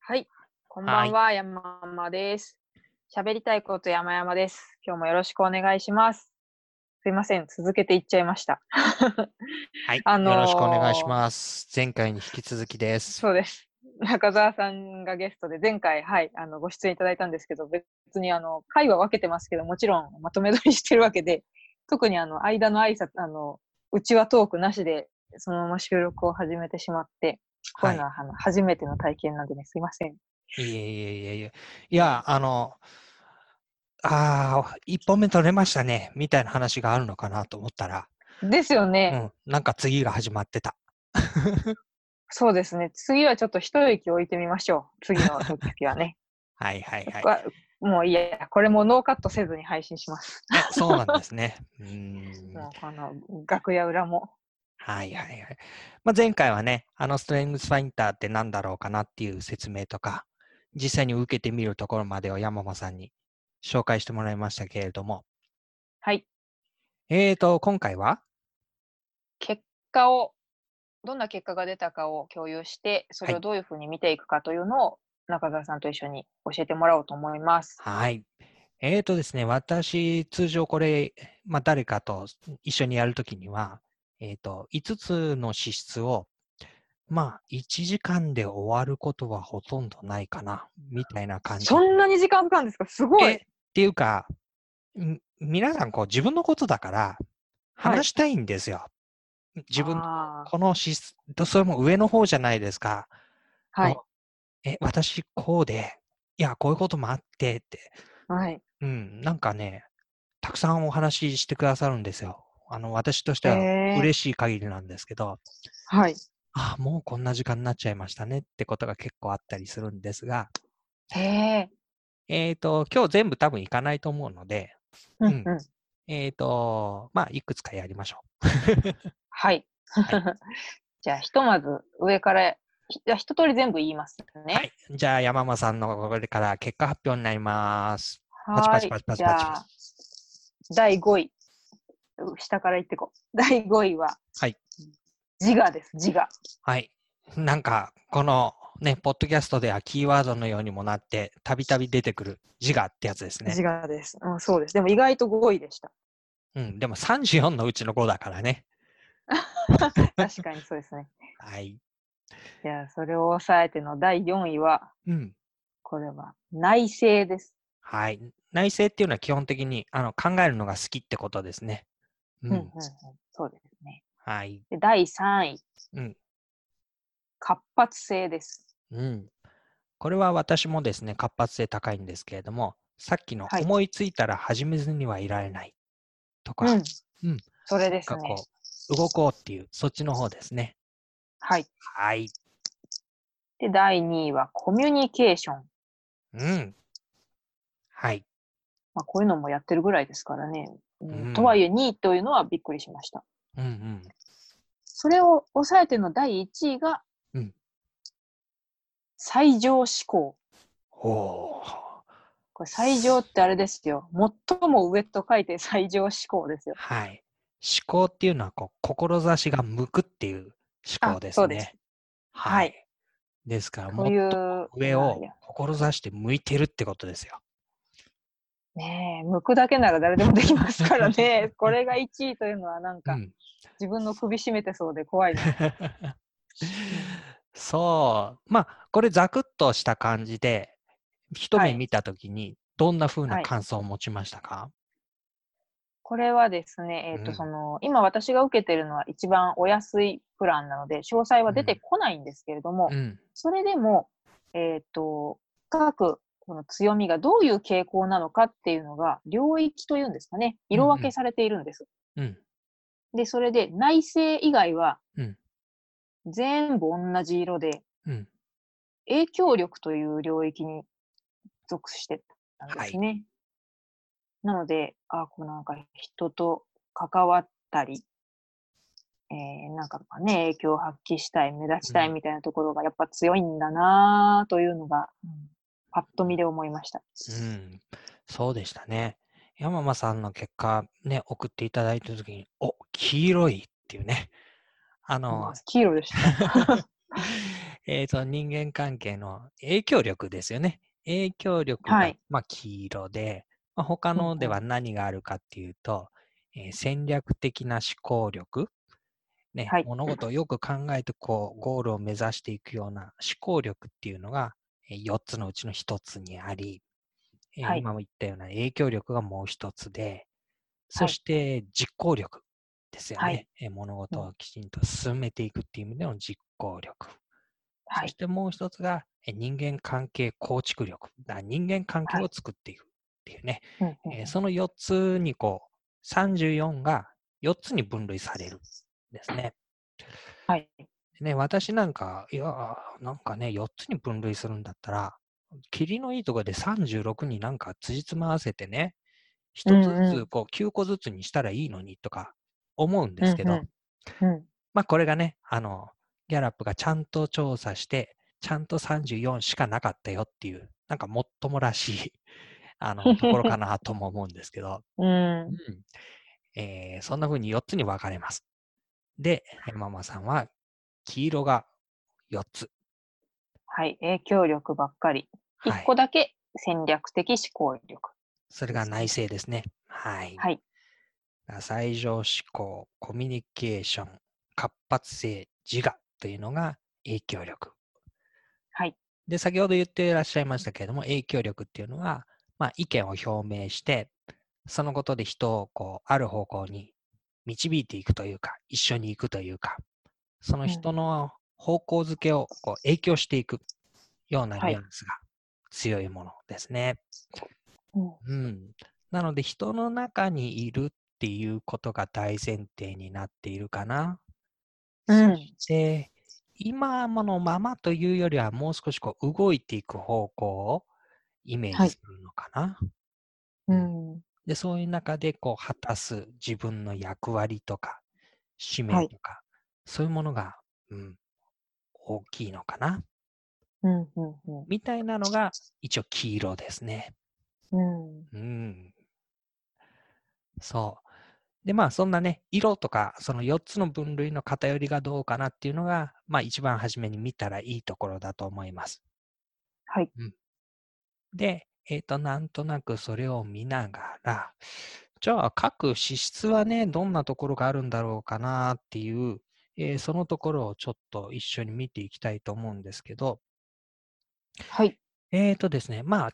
はい、こんばはい。 んは、山間です。喋りたいこと山々です。今日もよろしくお願いします。すいません、続けていっちゃいました。 はい。 あよろしくお願いしの、 ます。前回に引き続きです。 そうです。中澤さんがゲストで前回、はい、ご出演いただいたんですけど、別に回は分けてますけど、もちろんまとめ撮りしてるわけで、特に間の挨拶、内輪トークなしで、そのまま収録を始めてしまって、こういうのはい。 は初めての体験なんでね、すいません。 いえいえいえいえ。いや、一本目取れましたね、みたいな話があるのかなと思ったら、 ですよね。 なんか次が始まってた。 そうですね。次はちょっと一息置いてみましょう。次の時はね。 はいはいはい。 わもういいや、これもノーカットせずに配信します。 あ、そうなんですね。 もうこの楽屋裏も。 はいはいはい。前回はね、ストレングスファインダーって何だろうかなっていう説明とか、実際に受けてみるところまでを山間さんに紹介してもらいましたけれども、 はい。 今回は結果を、どんな結果が出たかを共有して、そはい。 れをどういうふうに見ていくかというのを、中澤さんと一緒に教えてもらおうと思います。 はい。ですね、私、通常これ、誰かと一緒にやるときには、5つの資質を、1時間で終わることはほとんどないかな、みたいな感じで。 そんなに時間かかるんですか？すごい。 っていうか、皆さん、自分のことだから、 はい。 話したいんですよ。自分、 ああ、 この資質、それも上の方じゃないですか。 はい。 私、こうで、いや、こういうこともあってって、 はい。 なんかね、たくさんお話ししてくださるんですよ。私としへてはえ、 嬉しい限りなんですけど、 はい。 もうこんな時間になっちゃいましたねってことが結構あったりするんですが、 へえ、 今日全部多分行かないと思うので、うん。 うんうん。 いくつかやりましょう。 はい。 はい。 じゃあ、ひとまず上から、じゃあ一通り全部言いますね。 はい。じゃあ、山間さんのこれから結果発表になります。パチパはい。 チパチパチパチパチ。 じゃあ、第5位。下から言ってこう。第5位は、 はい。 自我です、自我。 はい。なんか、このね、ポッドキャストではキーワードのようにもなって、たびたび出てくる自我ってやつですね。 自我です。うん、そうです。でも意外と5位でした。 でも34のうちの5だからね。 確かにそうですね。 はい。 じゃあ、それを抑えての第4位は、 うん。 これは内省です。 はい。内省っていうのは基本的に考えるのが好きってことですね。うん。 うんうんうん。そうですね。 はい。 で、第3位、 うん。 活発性です。 うん。これは私もですね、活発性高いんですけれども、さっきのはい。 思いついたら始めずにはいられないとか、 うん。 うん。 それなんですね。 か動こうっていう、そっちの方ですね。 はい。 はい。 で、第2位はコミュニケーション。 うん。はい。 まあ、こういうのもやってるぐらいですからね。とはうん。 いえ2位というのはびっくりしました。 うんうん。 それを抑えての第1位がうん。 最上思考。 おー。 これ最上ってあれですよ。最も上と書いて最上思考ですよ。 はい。思考っていうのは、志が向くっていう思考あ、そうです。 ですね。ははい。 い。ですから、最といもう、い上をやいや、 志して向いてるってことですよ。 ねえ、向くだけなら誰でもできますからね。これが1位というのはなんか、 うん。 自分の首絞めてそうで怖いな。うん、 そう。これざくっとした感じで、一はい。 目見たときに、どんな風なはい。 感想を持ちましたか？ これはですね、 うん。 今私が受けてるのは一番お安いプランなので、詳細は出てうん。 こないんですけれども、 うん。 それでも、各この強みがどういう傾向なのかっていうのが、領域というんですかね、 うん。うん。 色分けされているんです。 うん。 で、それで内政以外はうん。 全部同じ色で、 うん。 影響力という領域に属してたんではい。 すね。なので、なんか人と関わったり、なんかね、影響を発揮したい、目立ちうん。 たいみたいなところがやっぱ強いんだなというのが、パッと見で思いました。 うん。そうでしたね。山間さんの結果ね、送っていただいたときに、黄色いっていうね。あの、 黄色でした。 人間関係の影響力ですよね。影響力が、 はい。 まあ、黄色で、まあ、他うんうん。 のでは何があるかっていうと、戦略的な思考力、ね、 はい。 物事をよく考えてこうゴールを目指していくような思考力っていうのが4つのうちの1つにあり、 はい。 今も言ったような影響力がもう1つで、そはい。 して実行力ですよはい。 ね。物事うん。 をきちんと進めていくっていう意味での実行力。 はい。 そしてもう一つが人間関係構築力。人間関係はい。 を作っていくっていうね。 うんうんうん。 その4つにこう、34が4つに分類されるんですね。 はい。 でね、私なんか、いや、なんかね、4つに分類するんだったら、霧のいいところで36になんか辻褄合わせてね、 う 1つんうん。 ずつこう9個ずつにしたらいいのにとか思うんですけど、 うんうん。うん。 まあこれがね、ギャラップがちゃんと調査して、ちゃんと34しかなかったよっていう、なんかもっともらしい、ところかなとも思うんですけど、 うん。 うん。そんな風に4つに分かれます。で、ママさんは黄色が4つ。 はい。影響力ばっかり。1 はい。 個だけ戦略的思考力それが内ですね。 政ですね。はい。 はい。 最上思考、コミュニケーション、活発性、自我というのが影響力。 はい。 で、先ほど言っていらっしゃいましたけれども、影響力っていうのは、まあ、意見を表明して、そのことで人をこう、ある方向に導いていくというか、一緒に行くというか、そのうん。 人の方向づけをこう影響していくようなはい。 ニュアンスが強いものですね。 うん。 うん。なので、人の中にいるっていうことが大前提になっているかな。そしうん。 て、今のままというよりは、もう少しこう動いていく方向をイメーはい。 ジするのかな。うん。 うん。 で、そういう中でこう果たす自分の役割とか、使はい。 命とか、そういうものが、うん、大きいのかな。 うん。うん。うん。 みたいなのが、一応黄色ですね。 うん。 うん。そう。で、まあ、そんなね、色とか、その4つの分類の偏りがどうかなっていうのが、まあ、一番初めに見たらいいところだと思います。 はい。 うん。で、なんとなくそれを見ながら、じゃあ、各資質はね、どんなところがあるんだろうかなっていう、そのところをちょっと一緒に見ていきたいと思うんですけど、 はい。 ですね、まあ、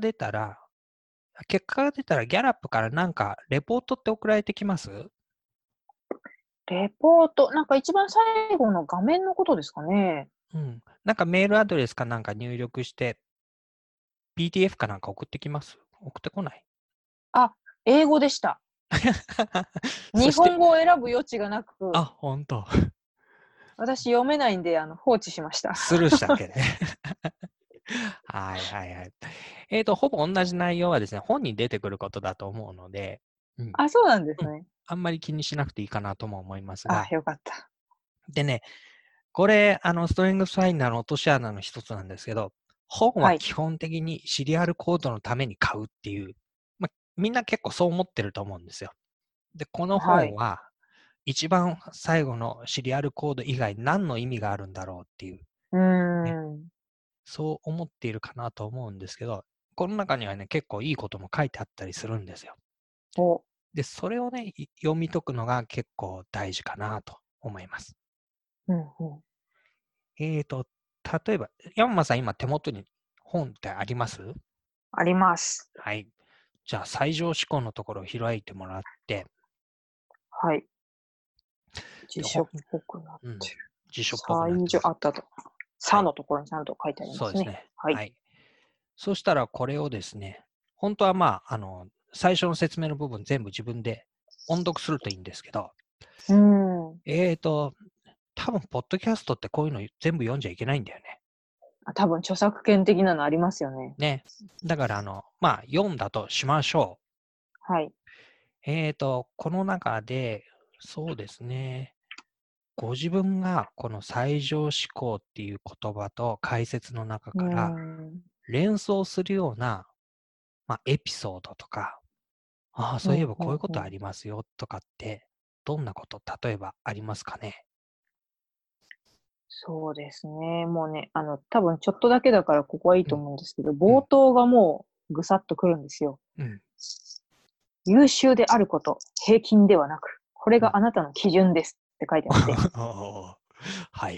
結果が出たらギャラップからなんかレポートって送られてきます？ レポート、なんか一番最後の画面のことですかね。 うん。なんかメールアドレスかなんか入力して、PDF かなんか送ってきます？送ってこない？ あ、英語でした。 そして、 日本語を選ぶ余地がなく、 あ、ほんと。 私読めないんで、放置しました。 スルーしたっけね。はいはいはい。ほぼ同じ内容はですね、本に出てくることだと思うので、うん。 あ、そうなんでうん。 すね。 あんまり気にしなくていいかなとも思いますあ、 が。 よかった。 でね、これ、ストレングスファインダーの落とし穴の一つなんですけど、本ははい。 基本的にシリアルコードのために買うっていう、ま、みんな結構そう思ってると思うんですよ。で、このはい。 本は、一番最後のシリアルコード以外何の意味があるんだろうっていう、 うーね、 ん。 そう思っているかなと思うんですけど、この中にはね、結構いいことも書いてあったりするんですよ。 お、 で、それをね、読み解くのが結構大事かなと思います。 うんうん。 例えば、山間さん今手元に本ってあります？ あります。 はい。じゃあ、最上志向のところを開いてもらって、 はい。辞で、 書っぽくなっうん、 てる。 辞書っぽくなってます。 最上、あったと。 はい。 さのところにちゃんと書いてありますね。 そうですね。 はい。 はい。そしたらこれをですね、本当はまあ、最初の説明の部分全部自分で音読するといいんですけど、 うーん。 えーと、多分ポッドキャストってこういうの全部読んじゃいけないんだよね。 あ、多分著作権的なのありますよね。 ね。だからまあ、読んだとしましょはい。 う。この中で、そうですね、ご自分がこの最上思考っていう言葉と解説の中うーからん。 連想するような、まあ、エピソードとか、ああ、 うん、 そういえばうん、 こういうことあうん。 りますよとかって、どんなこと、例えばありますかね？ そうですね。もうね、多分ちょっとだけだからここはいいとうん、 思うんですけど、 うん、 冒頭がもうぐさっとくるんですよ。 うん、 優秀であること、平均ではなく、これうん。 があなたの基準ですって書いてあって、 おーはいはいはい。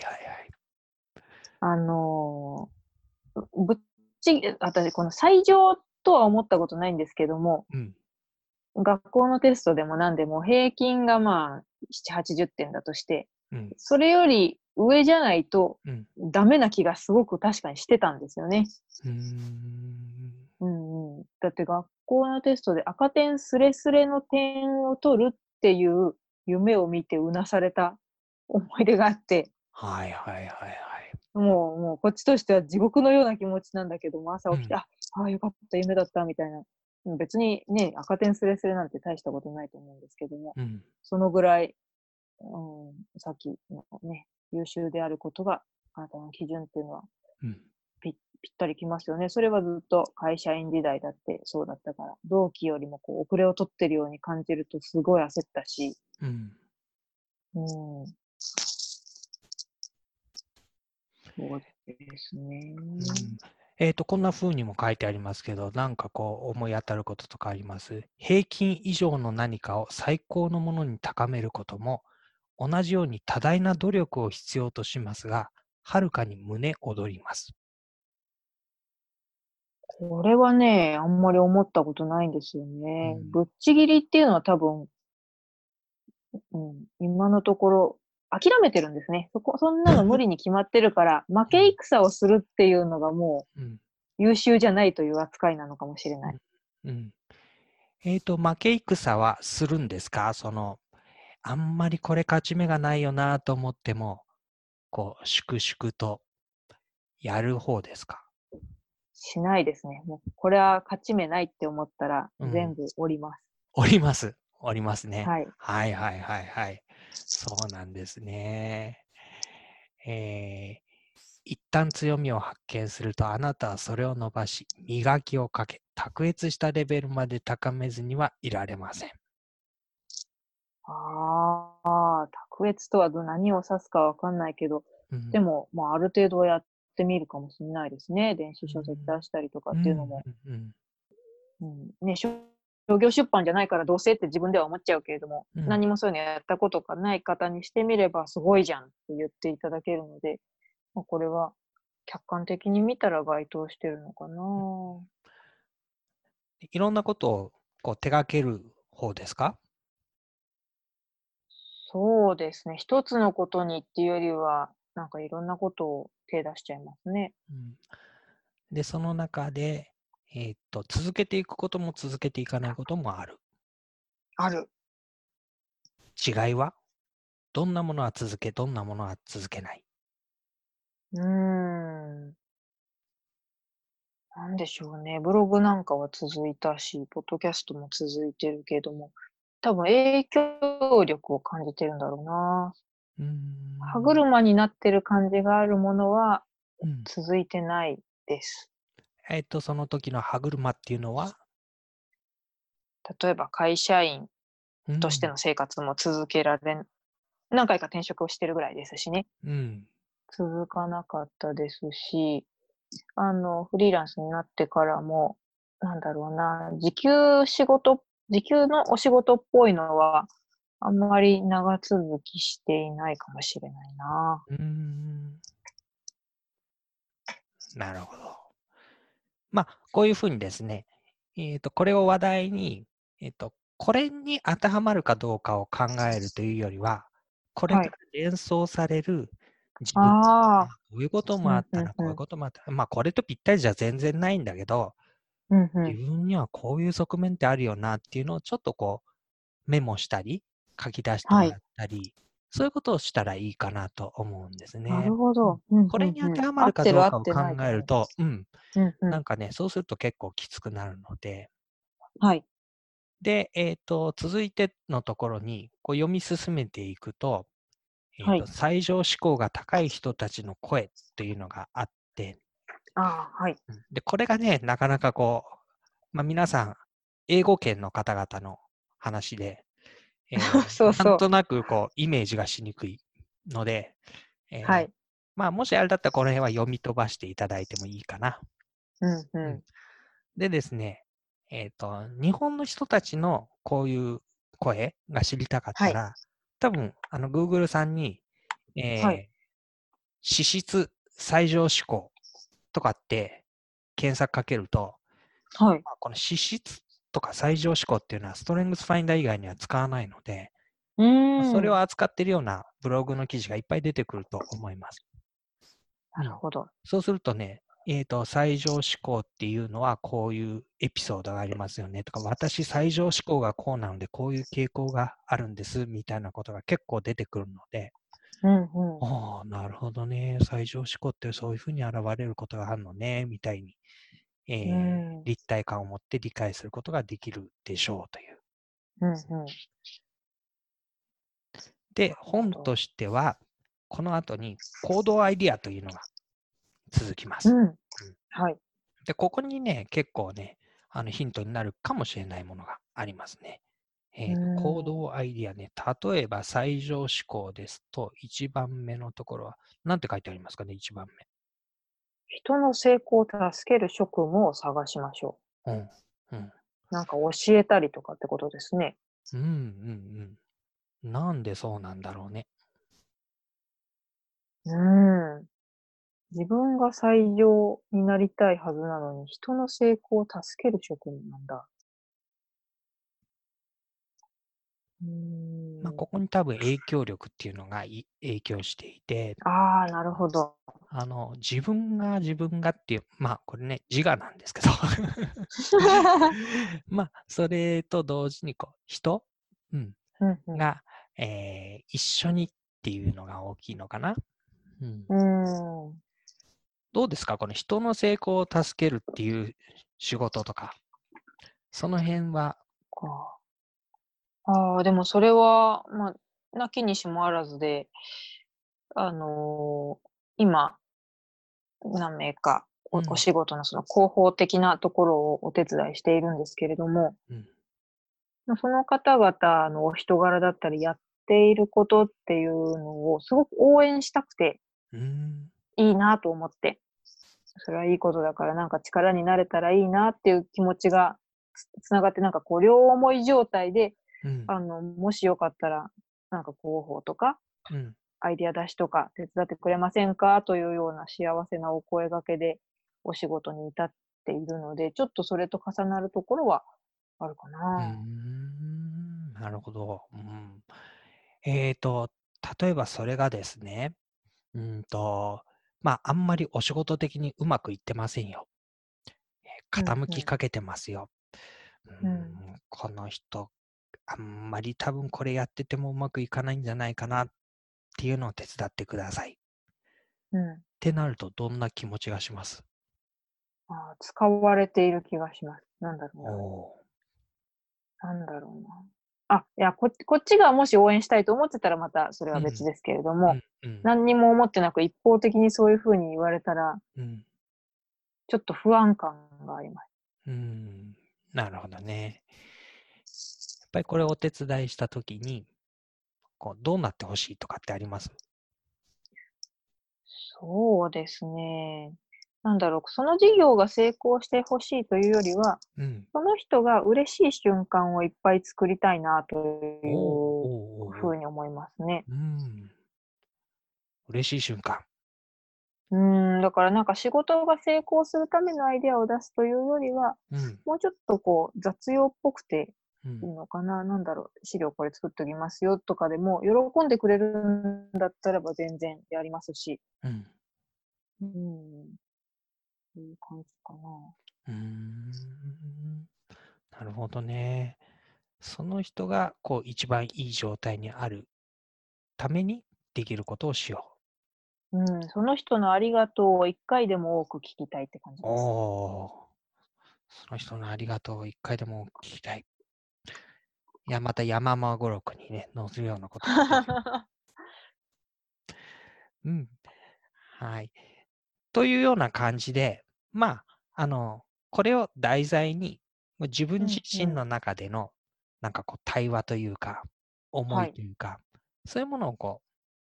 あのぶっ私、この最上とは思ったことないんですけども、 うん、 学校のテストでも何でも平均がまあ、7、80点だとして、 うん、 それより上じゃないとうん。 ダメな気がすごく確かにしてたんですよね。 うーん。 うんうん。だって学校のテストで赤点スレスレの点を取るっていう夢を見てうなされた思い出があって、 はいはいはいはい。 もうこっちとしては地獄のような気持ちなんだけども、朝起きて、 うん、 よかった、夢だったみたいな。別にね、赤点スレスレなんて大したことないと思うんですけども、 うん、 そのぐらい、さっきのね、優秀であることがあなたの基準っていうのはうん、 ぴったりきますよね。それはずっと会社員時代だってそうだったから、同期よりもこう遅れを取ってるように感じるとすごい焦ったし、 うん。 うん、そうですね。 うんこんな風にも書いてありますけど、なんかこう思い当たることとかあります？平均以上の何かを最高のものに高めることも、同じように多大な努力を必要としますが、はるかに胸躍ります。 これはね、あんまり思ったことないんですよね。 うん。 ぶっちぎりっていうのは多分、うん、今のところ諦めてるんですね。そんなの無理に決まってるから、負け戦をするっていうのがもうん。 う優秀じゃないという扱いなのかもしれない。 うん。うん。負け戦はするんですか？あんまりこれ勝ち目がないよなと思っても、こう、粛々とやる方ですか？ しないですね。もうこれは勝ち目ないって思ったらうん。 全部降ります。 おります。おりますね。 はい。 はいはいはいはい。そうなんですね。えー一旦強みを発見すると、あなたはそれを伸ばし、磨きをかけ、卓越したレベルまで高めずにはいられません。 ああ、卓越とは何を指すかわかんないけど、 うん。 でも、まあ、ある程度はやってみるかもしれないですね。電子う書籍出したりとかん。 っていうのも。 うん。 うん、ね、商業出版じゃないからどうせって自分では思っちゃうけれども、 うん。 何もそういうのやったことがない方にしてみればすごいじゃんって言っていただけるので、まあ、これは客観的に見たら該当してるのかな。 いろんなことをこう手掛ける方ですか？ そうですね。一つのことにっていうよりは、なんかいろんなことを手出しちゃいますね。 うん。で、その中で、続けていくことも続けていかないこともある。 ある。 違いはどんなものは続け、どんなものは続けない。 うーん。なんでしょうね。ブログなんかは続いたし、ポッドキャストも続いてるけども、多分影響力を感じてるんだろうな。 うー歯ん。 車になってる感じがあるものはうん。 続いてないです。 その時の歯車っていうのは、 例えば会社員としてうん。 の生活も続けられん何回か転職をしてるぐらいですしね。 うん。 続かなかったですし、フリーランスになってからも、なんだろうな、時給のお仕事っぽいのは、あんまり長続きしていないかもしれないな。 うーん。なるほど。まあ、こういうふうにですね、これを話題に、これに当てはまるかどうかを考えるというよりは、これはい。 から連想される自分、 ああ、 こういうことうん、 もあったな、こういううんうん。 こともあった。まあ、これとぴったりじゃ全然ないんだけど、 うんうん。 自分にはこういう側面ってあるよなっていうのをちょっとこうメモしたり、書き出してはい。 もらったり、そういうことをしたらいいかなと思うんですなね。うん。 るほど。うんこれに当うんうん。 てはまるか合ってるどうかを考合ってないとえると、 思います。うんうん。 なんかね、そうすると結構きつくなるので、 はい。 で、続いてのところにこう読み進めていくと、 はい。 最上志向が高い人たちの声っていうのがあって、 ああ、はい。 で、これがね、なかなかこう、まあ、皆さん、英語圏の方々の話で、 そうそう。 なんとなくこう、イメージがしにくいので、えーはい。 まあ、もしあれだったらこの辺は読み飛ばしていただいてもいいかな。 うんううんん。 でですね、日本の人たちのこういう声が知りたかっはい。 たら、多分、Google さんに、 はい。 資質最上志向とかって検索かけると、 はい。 まあ、この資質とか最上志向っていうのはストレングスファインダー以外には使わないので、 うそれをーん。 扱っているようなブログの記事がいっぱい出てくると思います。うん。 なるほど。 そうするとね、最上志向っていうのはこういうエピソードがありますよねとか、私最上志向がこうなのでこういう傾向があるんですみたいなことが結構出てくるので、 うんうん。 ああ、なるほどね。最上志向ってそういうふうに現れることがあるのね、みたいに、 うん。 立体感を持って理解することができるでしょうという。 うんうん。 で、 なるほど。 本としては、この後に行動アイディアというのが続きます。 うん。 うんはい。 で、ここにね、結構ね、ヒントになるかもしれないものがありますね。 う行ん。 動アイディアね、例えば最上志向ですと、1番目のところは、なんて書いてありますかね、1番人の成功を助ける職務を探しましょ目。うん。うん。 う。なんか教えたりとかってことですね。 うん、うん、うん。なんでそうなんだろうね。 うん。自分が採用になりたいはずなのに、人の成功を助ける職務なんだ。うーまあ、 ん。 ここに多分影響力っていうのが影響していて、 ああ、なるほど。 自分がっていう、まあ、これね、自我なんですけどまあ、それと同時に、人、うん、 うんうん。 が、一緒にっていうのが大きいのかな。うん、 うーん。 どうですかこの人の成功を助けるっていう仕事とか、その辺は、 か。ああ、でもそれは、まあ、なきにしもあらずで、あの、今、何名かおうん、 仕事のその広報的なところをお手伝いしているんですけれども、 うん、 その方々のお人柄だったり、やっていることっていうのをすごく応援したくてうん、 いいなと思って、それはいいことだからなんか力になれたらいいなっていう気持ちがつながって、なんかこう両思い状態で、 うん、 もしよかったら、なんか広報とか、 うん、 アイディア出しとか手伝ってくれませんかというような幸せなお声掛けでお仕事に至っているので、ちょっとそれと重なるところはあるかうーな。 ん、なるほど。うん。えっと、例えばそれがですね、まあ、あんまりお仕事的にうまくいってませんよ。傾うんうん。 きかけてますよ。 うん。 この人、あんまり多分これやっててもうまくいかないんじゃないかなっていうのを手伝ってください。っうん。 てなるとどんな気持ちがします？ ああ、使われている気がします。なんだろうおな。 おなんだろうな。あ、いや、こっちがもし応援したいと思ってたらまたそれー。 は別ですけれども、 うん、うん、 何にも思ってなく一方的にそういう風に言われたら、 うん、 ちょっと不安感があります。 うん。なるほどね。やっぱりこれをお手伝いしたときに、どうなってほしいとかってあります？ そうですね。なんだろう、その事業が成功してほしいというよりは、 うん。 その人が嬉しい瞬間をいっぱい作りたいなとおお、 いうおおおお。 風に思いますね。 嬉しい瞬間。 だからなんか仕事が成功するためのアイデアを出すというよりは、 うん、 もうちょっとこう雑用っぽくてうん、 いいのかな。なんだろう、資料これ作っときますよとかでも、喜んでくれるんだったらば全然やりますし。 うん。 うん、そういう感じかな。 うーん。なるほどね。その人が、一番いい状態にあるためにできることをしようん、その人のありがとうを1回でも多く聞きたいって感じう。 です。 おお、その人のありがとうを一回でも聞きたい。いや、また山間語録にね、載せるようなこと言ってるよ。うん。はい。というような感じで、まあ、これを題材に、自分自うんうん。 身の中での、なんか対話というか、思いはい。 というか、そういうものを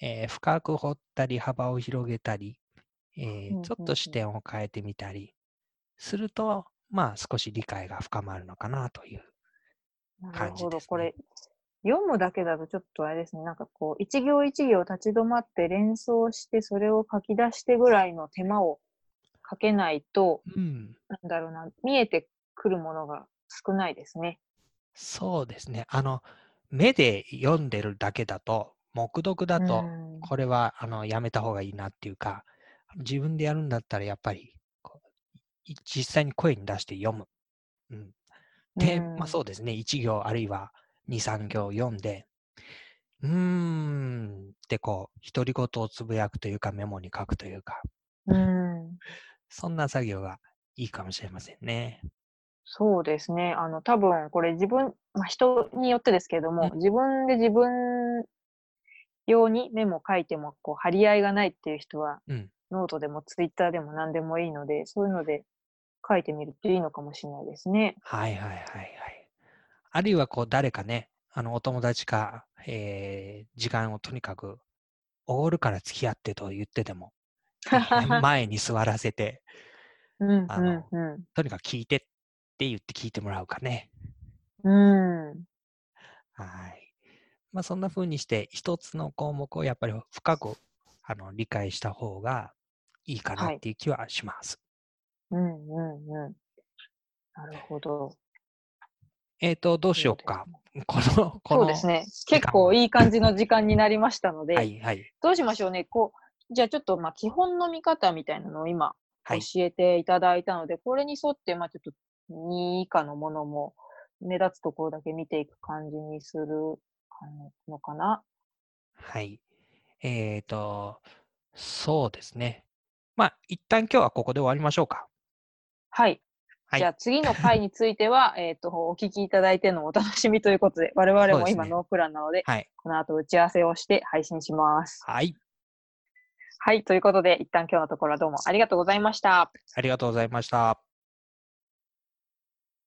深く掘ったり、幅を広げたり、ちょっと視うん。 点を変えてみたりすると、まあ少し理解が深まるのかなというなる感じほど。 ですね。 これ、読むだけだとちょっとあれですね。なんかこう、一行一行立ち止まって連想して、それを書き出してぐらいの手間をかけないと、 うん。 なんだろうな、見えてくるものが少ないですね。 そうですね。目で読んでるだけだと、黙読だうと、 ん。 これはやめた方がいいなっていうか、自分でやるんだったらやっぱり実際に声に出して読む。うん、 うで、まあん。 そうですね、1行あるいは2、3行読んで、うーんって独り言をつぶやくというか、メモに書くというか、 うん。 そんな作業がいいかもしれませんね。 そうですね。多分これ人によってですけれどうん、 も、自分で自分用にメモ書いても、こう、張り合いがないっていう人は、 うん。 ノートでもツイッターでも何でもいいので、そういうので書いてみるといいのかもしれないですね。 はいはいはいはい。あるいは誰かね、お友達か、時間をとにかくおごるから付き合ってと言ってでも、前に座らせて、 うんうあの、 んうん。 とにかく聞いてって言って聞いてもらうかね。 うーん。 はい。まあ、そんな風にして、一つの項目をやっぱり深く、理解した方がいいかなっはい。 ていう気はします。 うんうんうん。なるほど。 どうしようか。 そうですね。 このそうですね。 時間は。 結構いい感じの時間になりましたので、 はい、はい、 どうしましょうね。じゃあちょっと、基本の見方みたいなのを今教はい、 えていただいたので、これに沿って、ちょっと2以下のものも目立つところだけ見ていく感じにするのかな。 はい。えっと、そうですね。まあ、一旦今日はここで終わりましょうか。 はい。 はい。 じゃあ次の回については、お聞きいただいてのお楽しみということで、我々 そうですね。 も今ノープランなので、 はい。 この後打ち合わせをして配信します。 はい。 はい。ということで、一旦今日のところはどうもありがとうございました。 ありがとうございました。